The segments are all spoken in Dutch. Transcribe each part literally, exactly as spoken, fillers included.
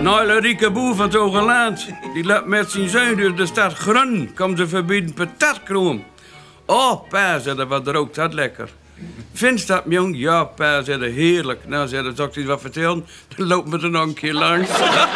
Nou, de rieke boer van het Hogeland, die loopt met zijn zoon door de stad Grun. Komt ze verbieden patatkroom. Oh, pa, zei hij, wat rookt dat lekker. Vindt dat, jong? Ja, pa, zei hij, heerlijk. Nou, zei hij, zal ik je wat vertellen? Dan loopt me er nog een keer langs.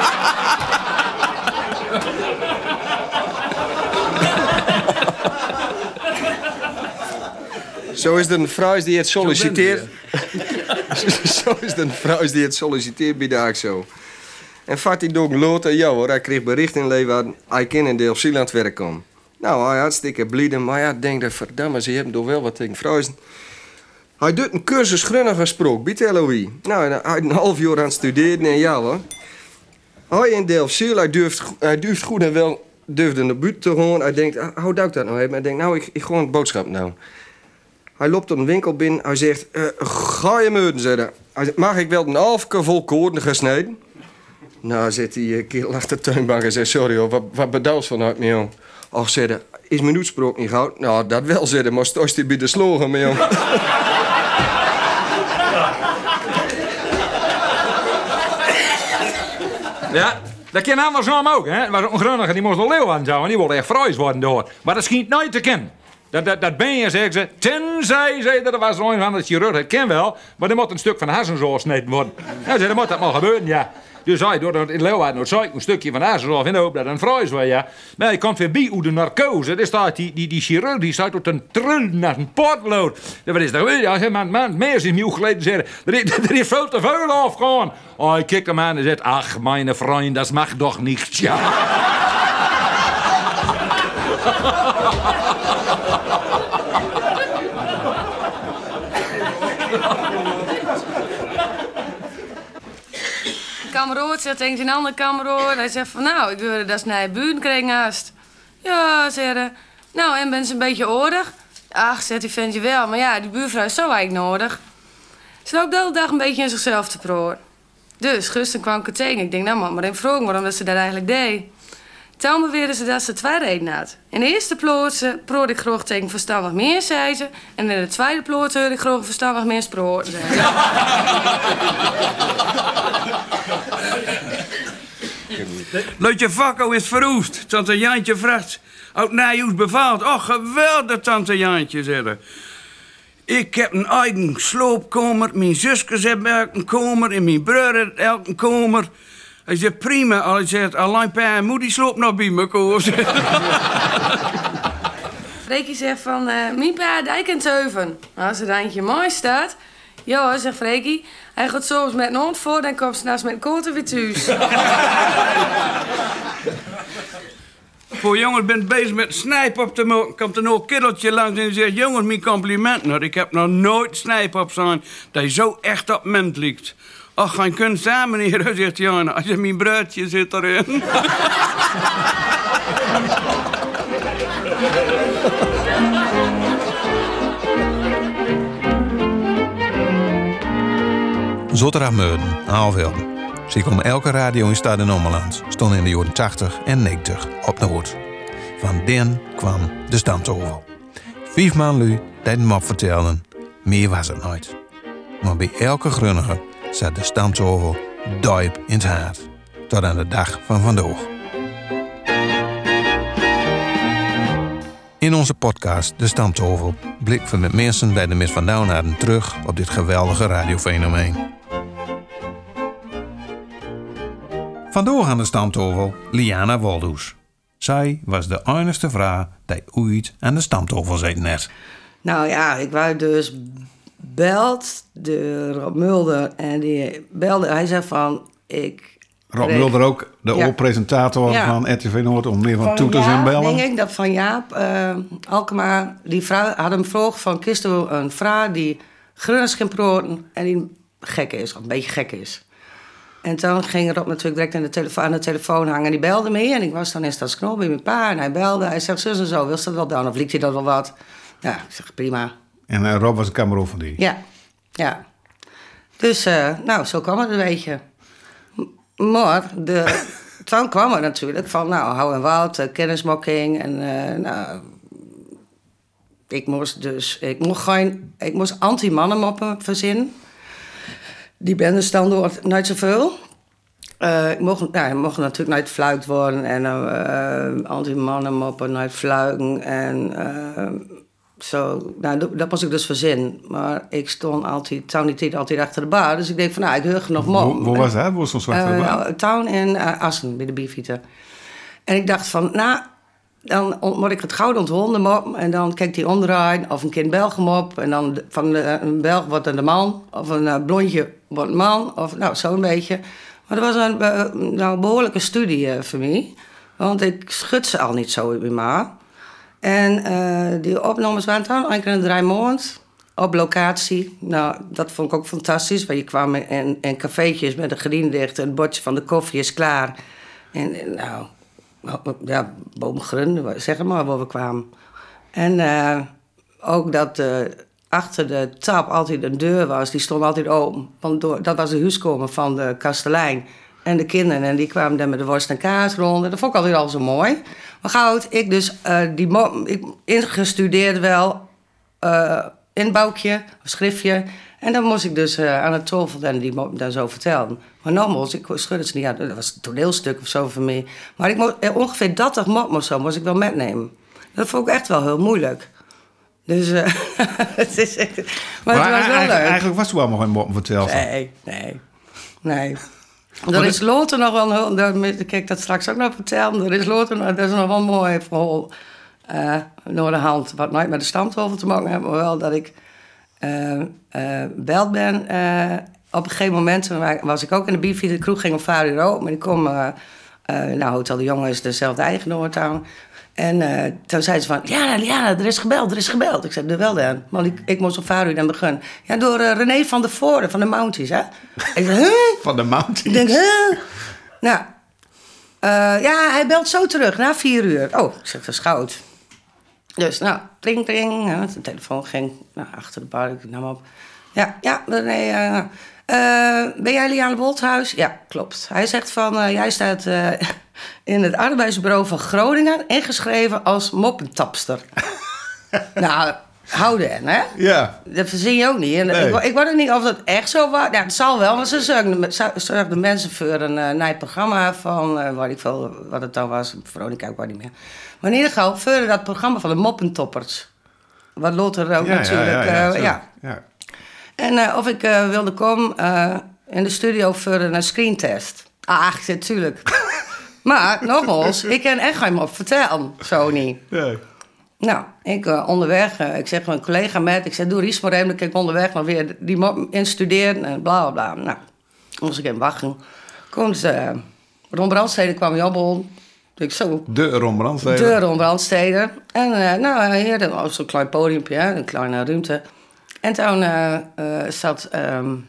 Zo is er een vrouw die het solliciteert. Zo is er een vrouw die het solliciteert bij de A X O. En vat hij door loten, ja hoor, hij kreeg bericht in Leeuwarden, hij kan in Delfzieland werk komen. Nou, hij hartstikke blieden, maar ja, denk dat verdamme, ze hebben toch wel wat tegen vrouwen. Hij doet een cursus grunniger gesproken bij het L O I. Nou, hij had een half jaar aan het studeren en ja hoor. Hij in Delfziel, hij durft, hij durft goed en wel durfde naar buiten te gaan. Hij denkt, ah, hoe doe ik dat nou? Hij denkt, nou, ik, ik ga een boodschap nou. Hij loopt op een winkel binnen. Hij zegt, uh, ga je meuden, zei hij. Hij zegt, mag ik wel een halve vol koorden gesneden? Nou, zit die kerel achter de tuinbank en zegt, sorry hoor, wat, wat bedoelt vanuit me, jong? Och, zei hij, is mijn uitspraak niet goud? Nou, dat wel, zei hij, maar stoos hij bij de slogan, me, jong. Ja, dat kan andersom ook, hè. Er was een grunnige, die moest een leeuw aan zo en die wilde echt fruis worden door. Maar dat schijnt nooit te kennen. Dat, dat, dat ben je, zeggen ze. Tenzij, zei er was een van de chirurg, dat ken wel. Maar er moet een stuk van de hersenzool gesneden worden. Ja, zei, dan moet dat maar gebeuren, ja. Dus hij, door in Leeuwarden, zei een stukje van de hersenzool in de hoop dat het een fruis was, ja. Maar hij komt weer bij hoe de narcose. Er staat die, die, die chirurg, die staat tot een trullen naar een potlood. Wat is dat? Ja, hij man, man, meer is in nieuw geleden zeggen. Er is, er is veel te veel afgegaan. Oh, hij kijkt hem aan en zegt, ach, mijn vriend, dat mag toch niet, ja. Kamerood zegt tegen een andere kamerood. Hij zegt van, nou, ik wilde dat naar je buurt krijgen haast. Ja, zei hij. Nou, en ben ze een beetje oordig? Ach, zegt die ventje wel, maar ja, die buurvrouw is zo eigenlijk nodig. Ze loopt de hele dag een beetje in zichzelf te proor. Dus, gisteren kwam ik er tegen. Ik denk, nou man, maar dan vroeg waarom dat ze dat eigenlijk deed. Toen beweerden ze dat ze twee redenen had. In de eerste plootse proorde ik graag tegen verstandig mens, zei ze. En in de tweede plootse hoorde ik graag verstandig mens proorden, zei ze. Leut je vakko is verroest. Tante Jantje vraagt, ook Nijhoes bevaalt. Oh, geweldig, tante Jantje, zei ze. Ik heb een eigen sloopkamer. Mijn zusjes hebben elk een kamer. En mijn broer heeft elk een kamer. Hij zegt, prima. Hij zegt, alleen pa en moeder sloop nog bij me komen. Freekie zegt van, uh, mijn pa, die kent zeven. Als er eentje mooi staat... Ja, zegt Freekie, hij gaat soms met een hond voor... dan komt ze naast met een koten weer thuis. Voor jongens bent bezig met snijp op te maken. Komt er nog een kiddeltje langs en zegt... Jongens, mijn complimenten. Nou, ik heb nog nooit snijp op zijn... dat je zo echt op ment ligt. Ach, geen kunst samen, meneer, zegt Jana. Als je mijn bruidje zit erin. Zotterdag-Meuden, Aalvelden. Ze komen elke radio in Stad en Ommeland. Stond in de jaren tachtig en negentig op de hoed. Van den kwam de stamtafel. Vijf man lui dat mop vertelden. Meer was het nooit. Maar bij elke grunnige zat de stamtafel diep in het hart. Tot aan de dag van vandaag. In onze podcast De Stamtafel blikken we met mensen die de mis vandaan hadden terug op dit geweldige radiofenomeen. Vandaag aan de stamtafel Liana Woldhoes. Zij was de enigste vrouw die ooit aan de stamtafel zat net. Nou ja, ik wou dus belt de Rob Mulder en die belde. Hij zei van, ik... Rob Mulder ook, de ja. oorpresentator ja. van R T V Noord, om meer van, van toeters Jaap, en bellen. denk ik, dat van Jaap uh, Alkema, die vrouw had hem vroeg van, kist u een vrouw die grunners ging proten en die gek is, of een beetje gek is. En toen ging Rob natuurlijk direct aan de, telefoon, aan de telefoon hangen en die belde me en ik was dan in Stadsknol bij mijn pa en hij belde. Hij zegt, zus en zo, wil ze dat wel doen of liekt hij dat wel wat? Ja, ik zeg, prima. En uh, Rob was een kameroo van die? Ja, ja. Dus, uh, nou, zo kwam het een beetje. Maar de, toen kwam het natuurlijk van, nou, hou en woud, uh, kennismaking en uh, nou, ik moest dus, ik mocht geen, ik moest anti-mannenmoppen verzinnen. Die ben er dan door nooit zoveel. Uh, ik mocht, nou, mocht natuurlijk nooit fluit worden. En uh, al die mannen moppen nooit fluiten. En uh, zo. Nou, dat, dat was ik dus verzin. Maar ik stond altijd, toen die tijd altijd achter de bar. Dus ik denk van, nou, ik hoor nog moppen. Hoe was dat? Hoe was zo'n achter de bar? Uh, town in uh, Assen, bij de bierfieten. En ik dacht van, nou, dan moet ik het goud onthonden mop. En dan kijk die omdraaien. Of een kind Belgen op. En dan van de, een Belg wordt dan de man. Of een uh, blondje wordt een man. Of nou, zo'n beetje. Maar dat was een uh, nou, behoorlijke studie uh, voor mij. Want ik schud ze al niet zo in mijn maag. En uh, die opnames waren dan een keer in drie maanden. Op locatie. Nou, dat vond ik ook fantastisch. Want je kwam in, in cafeetjes met een gordijn dicht. Het bordje van de koffie is klaar. En nou... Ja, boomgrun, zeg maar, waar we kwamen. En uh, ook dat uh, achter de tap altijd een deur was, die stond altijd open. Want door, dat was de huiskamer van de kastelein. En de kinderen, en die kwamen dan met de worst en kaas rond. Dat vond ik altijd al zo mooi. Maar gauw, ik dus, uh, die mo- ik ingestudeerd wel, uh, inbouwtje, een schriftje. En dan moest ik dus uh, aan het tafel en die mo- daar zo vertellen. Maar nogmaals, ik schudde ze niet uit. Dat was een toneelstuk of zo voor mij. Maar ik moest, eh, ongeveer dertig mop of zo moest ik wel metnemen. Dat vond ik echt wel heel moeilijk. Dus uh, het is echt... Maar, maar het was wel eigenlijk, leuk. Eigenlijk was er wel nog geen mop verteld. Nee, nee, nee. Er is later nog wel... Een, kijk, dat straks ook nog vertellen. Er is later nog, dat is nog wel een mooi verhaal uh, door de hand. Wat nooit met de stamtafel te maken heeft, maar wel dat ik... Uh, uh, beld ben. Uh, op een gegeven moment was ik ook in de bierfiets. De kroeg ging om vijf uur open. Maar ik kom... Uh, uh, nou, Hotel de Jonge is dezelfde eigenaar town. En uh, toen zei ze van... Ja, ja, er is gebeld, er is gebeld. Ik zei, er wel dan. Want ik, ik moest om vijf uur dan beginnen. Ja, door uh, René van der Voorde, van de Mounties, hè. Ik zei, huh? Van de Mounties? Ik denk, huh? Nou... Uh, ja, hij belt zo terug, na vier uur. Oh, ik zeg, dat is goud. Dus, nou, tring, tring. Ja, de telefoon ging nou, achter de bar. Ik nam op. Ja, ja, nee. Uh, uh, ben jij Liane Wolthuis? Ja, klopt. Hij zegt van, uh, jij staat uh, in het arbeidsbureau van Groningen... ingeschreven als moppentapster. Nou, houden, hè? Ja. Dat verzin je ook niet. En Nee. ik, ik weet ook niet of dat echt zo was. Ja, het zal wel, want ze zorgden de mensen voor een uh, night programma van... Uh, wat ik veel, wat het dan was, Veronica, ik weet niet meer. Maar in ieder geval, voor dat programma van de moppentoppers. Wat later ook Ja, natuurlijk... ja, ja, ja, uh, zo. ja. Ja. En uh, of ik uh, wilde komen uh, in de studio voor een screentest. Ah, natuurlijk. Maar, nogmaals, ik kan echt geen mop vertellen. Zo niet. Nee. Nou, ik uh, onderweg, uh, ik zeg mijn collega met, ik zeg, doe Ries maar even, dan kan ik onderweg nog weer die mop instuderen en bla bla bla. Nou, moest ik even wachten. Komt uh, Ron Brandstede kwam je opbol. Ik zo. De Ron Brandstede. De Ron Brandstede. En uh, nou, hier, dat was zo'n klein podiumpje, hè, een kleine ruimte. En toen uh, uh, zat um,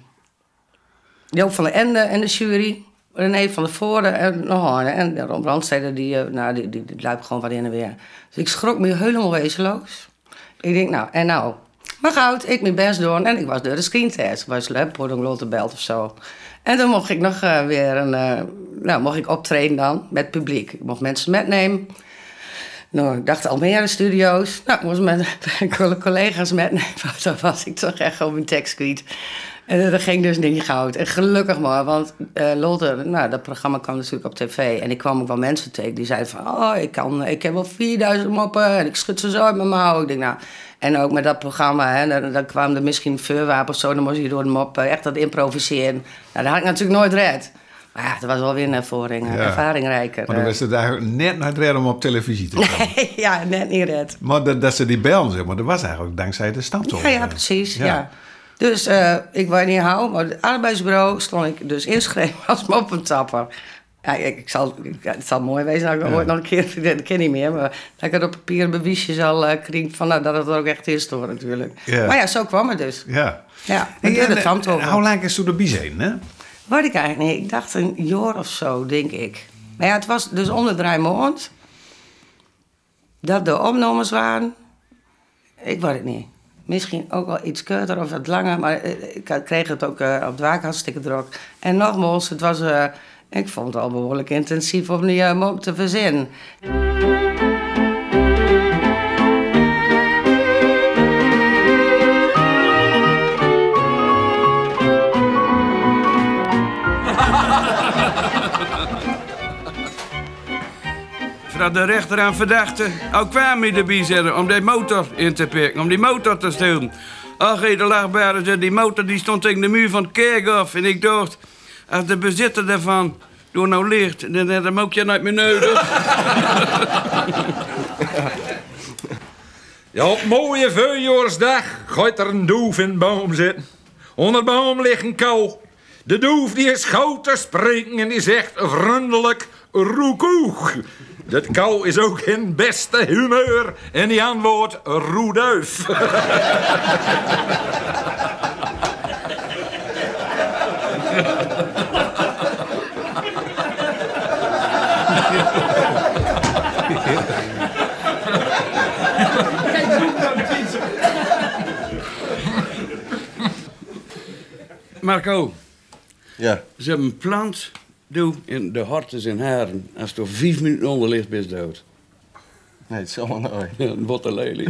Joop van der Ende in de jury. René van der Voorde en nog en de Ron Brandstede, die, uh, nou, die, die, die luipt gewoon wat in en weer. Dus ik schrok me helemaal wezenloos. Ik denk, nou, en nou? Maar goud, ik mijn best doen en ik was door de screentest. Ik was Pordong Lotterbelt of zo. En toen mocht ik nog uh, weer een, uh, nou, mocht ik optreden dan met publiek. Ik mocht mensen metnemen. Nou, ik dacht Almere studio's. Nou, ik moest met collega's metnemen. Dan was ik toch echt op mijn tekst kwijt. En dat ging dus niet goud. En gelukkig maar, want uh, Lotte, nou, dat programma kwam natuurlijk op tv. En ik kwam ook wel mensen tegen die zeiden van... oh, ik, kan, ik heb wel vierduizend moppen en ik schud ze zo uit mijn mouw. Ik denk, nou... En ook met dat programma, hè, dan, dan kwamen er misschien vuurwapens of zo... dan moest je door de mop uh, echt dat improviseren. Nou, dat had ik natuurlijk nooit red. Maar ja, dat was wel weer een ervaring, ja. ervaringrijker. Maar dan was het eigenlijk net naar het redden om op televisie te komen. Nee, ja, net niet red. Maar dat, dat ze die bellen, zeg maar, dat was eigenlijk dankzij de stamtol. Ja, ja, precies, ja. Ja. Dus uh, ik weet niet hoe, maar het arbeidsbureau stond ik dus ingeschreven als moppentapper. Ja, ik, ik zal, ik, het zal mooi wezen dat ik ja. ooit nog een keer, dat ken niet meer, maar dat ik het op papier een bewijsje zal uh, krijgen van nou, dat het er ook echt is door natuurlijk. Ja. Maar ja, zo kwam het dus. Ja. Ja, En, en, en, de tandtover. en hoe lang is toen erbij zijn, hè? Weet ik eigenlijk niet. Ik dacht een jaar of zo, denk ik. Maar ja, het was dus om de drie maanden dat de opnames waren. Ik weet het niet. Misschien ook wel iets korter of wat langer, maar ik kreeg het ook uh, op de waak hartstikke druk. En nogmaals, het was, uh, ik vond het al behoorlijk intensief om die uh, mop te verzinnen. dat de rechter aan verdachte ook kwam mee erbij zetten om die motor in te pikken, om die motor te stelen. Ach, de lachbare zei, die motor die stond tegen de muur van het kerkhof. En ik dacht, als de bezitter daarvan door nou ligt, dan heb hem ook je nooit meer nodig. Ja, op mooie voorjaarsdag gaat er een doef in de boom zitten. Onder de boom ligt een kou. De doef die is gauw te spreken en die zegt vriendelijk roekoeg. Dat kou is ook in beste humeur en die antwoordt roeduif. Marco, Ja. ze hebben een plant, doe, in de harten en haren. Als het er vijf minuten onder ligt, ben je dood. Nee, het zal wel nooit. Ja, een botte lelie.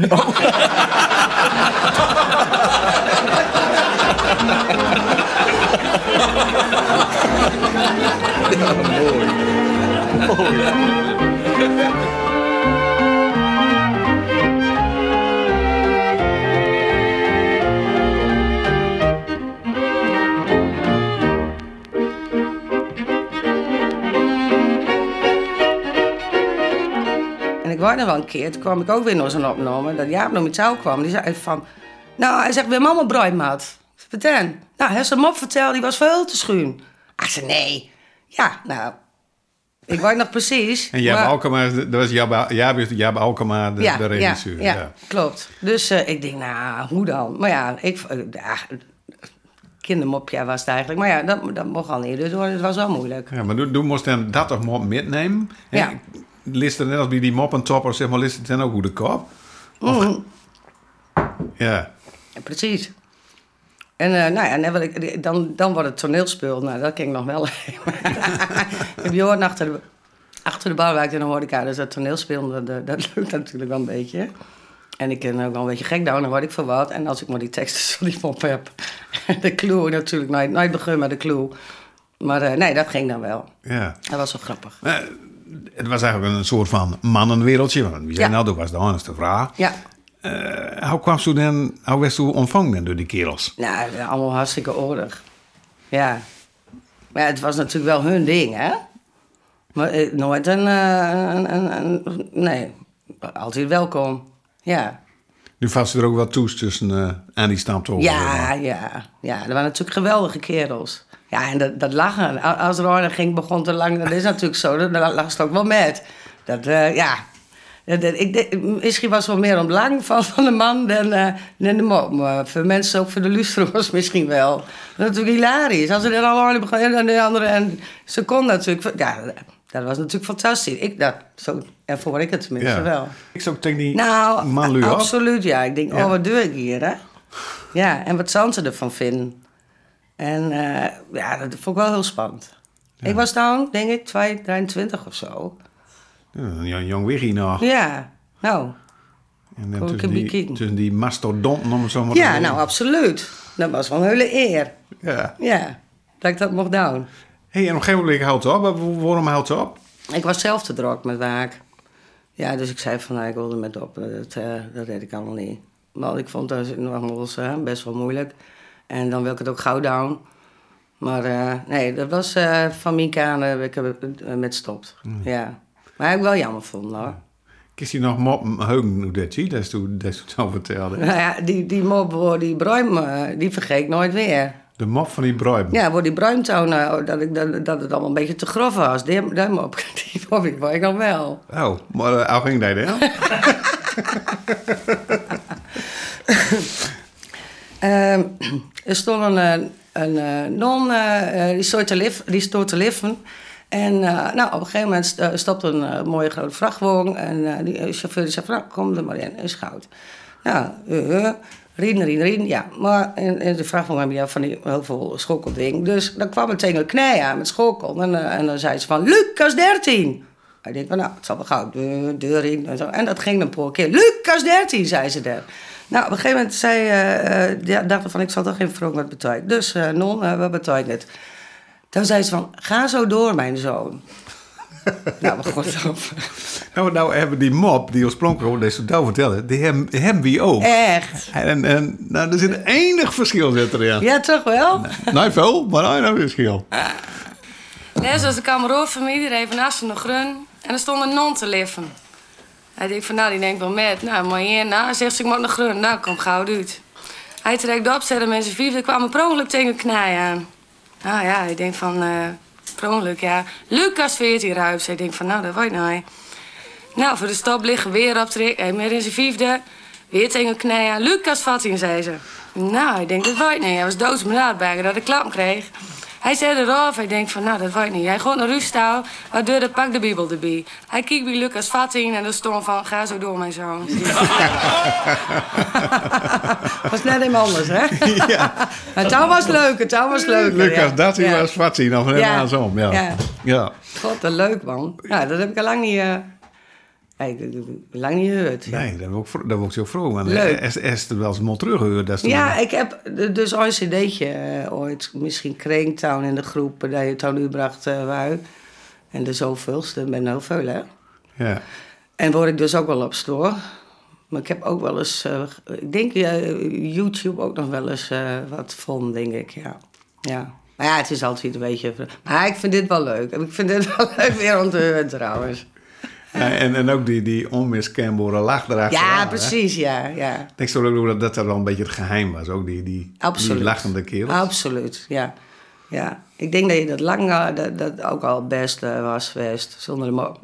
En ik wou nog wel een keer, toen kwam ik ook weer nog zo'n opname, dat Jaap nog met jou kwam. Die zei van, nou, hij zegt, weer mama bruimaat. Wat dan? Nou, hij heeft zijn mop verteld, die was veel te schuin. Ik zei, nee. Ja, nou, ik weet nog precies. En Jaap maar- Alkema, dat was Jaap, Jaap, Jaap Alkema, de, ja, de regisseur. Ja, ja, klopt. Dus uh, ik denk, nou, hoe dan? Maar ja, ik, uh, ja, kindermopje was het eigenlijk. Maar ja, dat, dat mocht al niet, dus het was wel moeilijk. Ja, maar toen toen moest hij dat toch mop metnemen. En Ja. List er net als bij die moppentopper, zeg maar, list het dan ook hoe de kop? Of- Mhm. Ja. Ja, precies. En uh, nou ja, dan, wil ik, dan, dan wordt het toneelspel. Nou, dat ken ik nog wel. Ik heb Johan achter de, achter de bar werkt in de horeca, dus dat toneelspel, dat, dat, dat lukt natuurlijk wel een beetje. En ik ken ook wel een beetje gek down, dan word ik voor wat. En als ik maar die teksten zo lief op heb. De clue natuurlijk, nooit, nooit begin met de clue. Maar uh, nee, dat ging dan wel. Ja. Dat was wel grappig. Eh, het was eigenlijk een soort van mannenwereldje. Want wie zei Ja. nou, dat was de honeste vraag. Ja, Uh, hoe kwam ze dan, hoe werd ze ontvangen door die kerels? nou, allemaal hartstikke oordig. Ja. Maar ja, het was natuurlijk wel hun ding, hè? Maar eh, nooit een, eh, een, een, een- Nee, altijd welkom. Ja. Nu vast er ook wat toes tussen uh, aan die stamtol. Ja, ja, ja. Er waren natuurlijk geweldige kerels. Ja, en dat, dat lachen. A- Als Roy ging, begon te lachen, dat is natuurlijk zo. Dan lag ze ook wel met. Dat, eh, ja... Dat- dat- Ik, denk- misschien was het wel meer om het lang van, van de man dan, eh, dan de mop. Maar voor mensen, ook voor de luisteraars misschien wel. Dat is natuurlijk hilarisch. Als ze er allemaal begonnen en de andere... En ze kon natuurlijk... Ja, dat was natuurlijk fantastisch. Ik, dat, zo ervoor ik het tenminste Ja. wel. Ik zou tegen die Nou, man lui op. absoluut, ja. Ik denk, Ja. oh, wat doe ik hier, hè? Ja, en wat zou ze ervan vinden? En eh, ja, dat vond ik wel heel spannend. Ik was dan, denk ik, twee, drieëntwintig of zo. Ja, een jong wiggie nog. Ja, nou... En dan Kon ik tussen een die, bikini. tussen die mastodonten, om het zo maar te Ja, zeggen. nou, absoluut. Dat was wel een hele eer. Ja. Ja, dat ik dat mocht doen. Hey, en op een gegeven moment houdt het op. Wa- Waarom houdt het op? Ik was zelf te druk met werk. Ja, dus ik zei van, nou, ik wilde met op. Dat, uh, dat deed ik allemaal niet. Maar ik vond dat nogmaals uh, best wel moeilijk. En dan wil ik het ook gauw doen. Maar uh, nee, dat was uh, van mijn kaan uh, ik heb uh, met stopt. Mm. Ja. Maar ik wel jammer vond, hoor. Kist je nog mop heugen hoe dat zie? Dat is toen dat is toen zo vertelde. Nou ja, die, die mop, hoor, die bruim, uh, die vergeet ik nooit weer. De mop van die bruim. Ja, voor die bruintoon, uh, dat, ik, dat, dat het allemaal een beetje te grof was. Die, die mop, die mop ik wou ik nog wel. Oh, maar uh, hoe ging dat dan? Um, er stond een, een, een uh, non, uh, die stond te, lif, die stond te liffen. En uh, nou, op een gegeven moment st- stopte een uh, mooie grote vrachtwagen. En uh, die chauffeur die zei van, nou, kom er maar in, is goud. Nou, uh, rien, rien, rien, ja. Maar in, in de vrachtwagen hebben ja van die heel veel schokelding. Dus dan kwam het tegen een knij aan met schokel. En, uh, en dan zei ze van, Lucas dertien. Ik denk van, nou, het zal wel gauw, deur, deur in en zo. En dat ging een paar keer. Lucas dertien, zei ze daar. Nou, op een gegeven moment zei, uh, uh, ja, dacht ik van, ik zal toch even vragen wat het betekent. Dus, uh, non, uh, wat betekent het? Toen zei ze van, ga zo door, mijn zoon. Nou, maar goed op. Nou, nou hebben die mop, die oorspronkelijk deze zo vertellen, die hebben, die hebben we ook. Echt? En, en nou, er zit enig verschil zit erin. Ja, toch wel? Nee, veel, maar nou, een verschil. Net zoals de kameroorfamilie even naast de grun. En er stond een non te liffen. Hij denkt van, nou, die denkt wel met. Nou, maar hier, nou, zegt ze, ik moet naar grun. Nou, kom gauw uit. Hij trekt op, zette mensen vijf. Er kwam een per ongeluk tegen een knij aan. Nou ja, hij denkt van, uh, per ongeluk, ja. Lucas veertien ruips. Hij denkt van, nou, dat weet nou. Nou, voor de stop liggen weer op trek. Hij meer in zijn vijfde. Weer tegen een knij aan. Lucas veertien, zei ze. Nou, hij denkt, dat weet niet. Hij was doodsbenauwd bij dat ik klap kreeg. Hij zei eraf, hij denkt van, nou, dat weet niet. Hij gaat naar Rustouw, waardoor de pak de Bijbel erbij. Hij kijkt bij Lucas veertien en er stond van, ga zo door, mijn zoon. Was net helemaal anders, hè? Ja. Het touw was leuk, het touw was leuk. Lucas, ja. dat hij ja. was wat zien, of helemaal Ja. zo. Ja. Ja. Ja. God, dat leuk, man. Ja, dat heb ik al lang niet... Uh... Nee, ik heb het lang niet gehoord. Ja. Nee, dat wil ik, vro- dat wil ik zo vroeg. Maar Leuk. is, is het wel eens mal teruggehoord? Dat is toen- Ja, ik heb dus ooit een cd'tje uh, ooit, misschien Kringtown in de groep, dat je toen uitbracht, uh, wou. En de zoveelste, ben heel veel, hè. Ja. En word ik dus ook wel op stoor. Maar ik heb ook wel eens, uh, ik denk uh, YouTube ook nog wel eens uh, wat vond, denk ik, ja. Ja. Maar ja, het is altijd een beetje... Maar ik vind dit wel leuk. Ik vind dit wel leuk weer om te horen, trouwens. Ja, en, en ook die, die onmiskenbare lach erachter. Ja, precies, ja, ja. Ik denk zo ook dat dat er wel een beetje het geheim was. Ook die, die, Absoluut. die lachende kerel. Absoluut, ja. Ja. Ik denk dat je dat lang uh, dat, dat ook al best uh, was geweest, zonder de mop.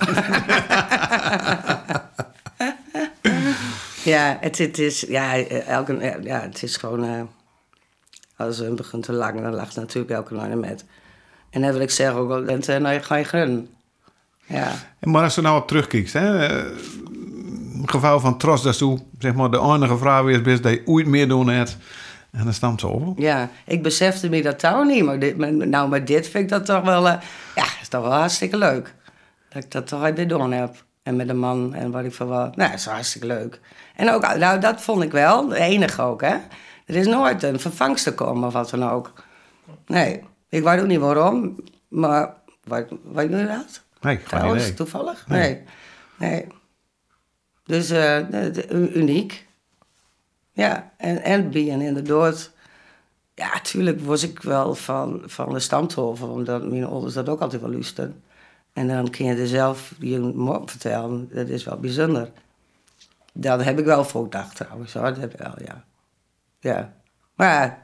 Ja, het, het is, ja, elke, ja, het is gewoon... Uh, als een begint te lachen, dan lacht natuurlijk elke nooit met. En dan wil ik zeggen ook wel, dan nou, ga je grunnen. Ja. Maar als je nou op terugkijkt, hè, een geval van trots dat je zeg maar, de enige vrouw is best dat je ooit meer doen hebt. En dan stamt ze over. Ja, ik besefte me dat touw niet, maar dit, nou met dit vind ik dat toch wel, uh, ja, is toch wel hartstikke leuk. Dat ik dat toch uit weer doen heb. En met een man en wat ik van wat. Nou, dat is hartstikke leuk. En ook, nou, dat vond ik wel, de enige ook, hè. Er is nooit een vervangster komen of wat dan ook. Nee, ik weet ook niet waarom, maar weet, weet je dat? Nee, geen Trouwens, idee. toevallig? Nee. Nee. nee. Dus uh, de, de, uniek. Ja, en, en bien inderdaad. Ja, natuurlijk was ik wel van, van de stamtafel, omdat mijn ouders dat ook altijd wel luisteren. En dan kun je er zelf je mop vertellen, dat is wel bijzonder. Dat heb ik wel voor gedacht trouwens, hoor. Dat heb ik wel, ja. Ja. Maar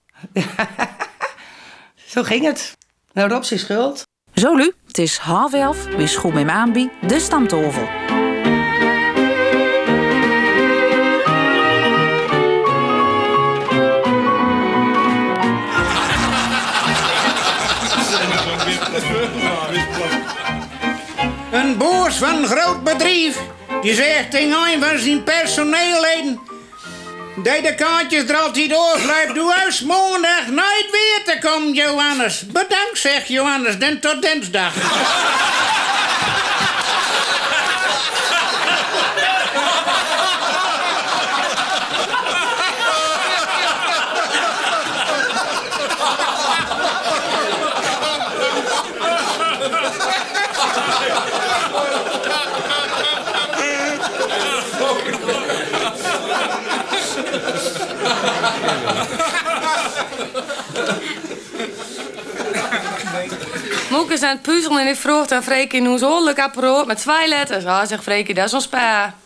zo ging het. Nou, Rob is schuld. Zo Lu, het is half elf, weer school met me aanbie, de stamtafel. Een boos van een groot bedrijf die zegt tegen een van zijn personeelleden dat de kaartjes er altijd doorgrijpt. Doe huis maandag nooit weer te komen, Johannes. Bedankt, zegt Johannes, dan tot dinsdag. Moeke is aan het puzzelen en ik vroeg aan Freekje in hoe oorlijk apparaat met twee letters. Ah, zegt Freekje, dat is ons pa.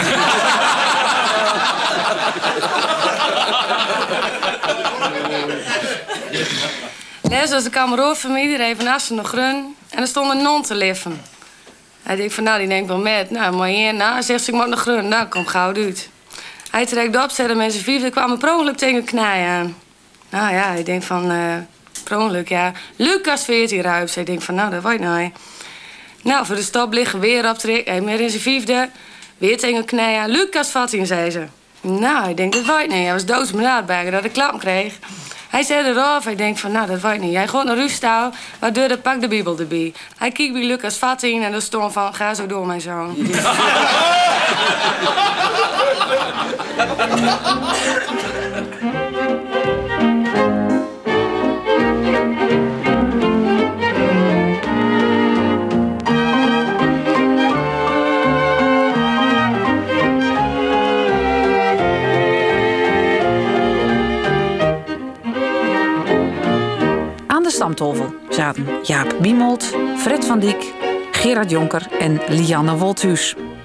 Net zoals de kameroorfamilie even naast de grun. En er stond een non te liffen. Hij denkt van, nou, die denkt wel met. Nou, maar hier, nou, zegt ze, ik moet naar grun. Nou, kom gauw uit. Hij trekt op, zette mensen vijf. Er kwam een per ongeluk tegen een knij aan. Nou ja, hij denkt van, uh, per ongeluk, ja. Lucas veertien ruips. Hij denkt van, nou, dat weet nou. Nou, voor de stop liggen weer op trek. Hij meer in zijn vijfde. Weer tegen een knij aan. Lucas veertien, zei ze. Nou, hij denkt, dat weet niet. Hij was doodsbenauwd bij dat ik klap kreeg. Hij zei eraf, hij denkt van, nou, dat weet niet. Hij gaat naar Rustouw, waardoor de pak de Bijbel erbij. Hij kijkt bij Lucas veertien en er stond van, ga zo door, mijn zoon. stamtafel zaten Jaap Biemold, Fred van Dijk, Gerard Jonker en Lianne Wolthuis.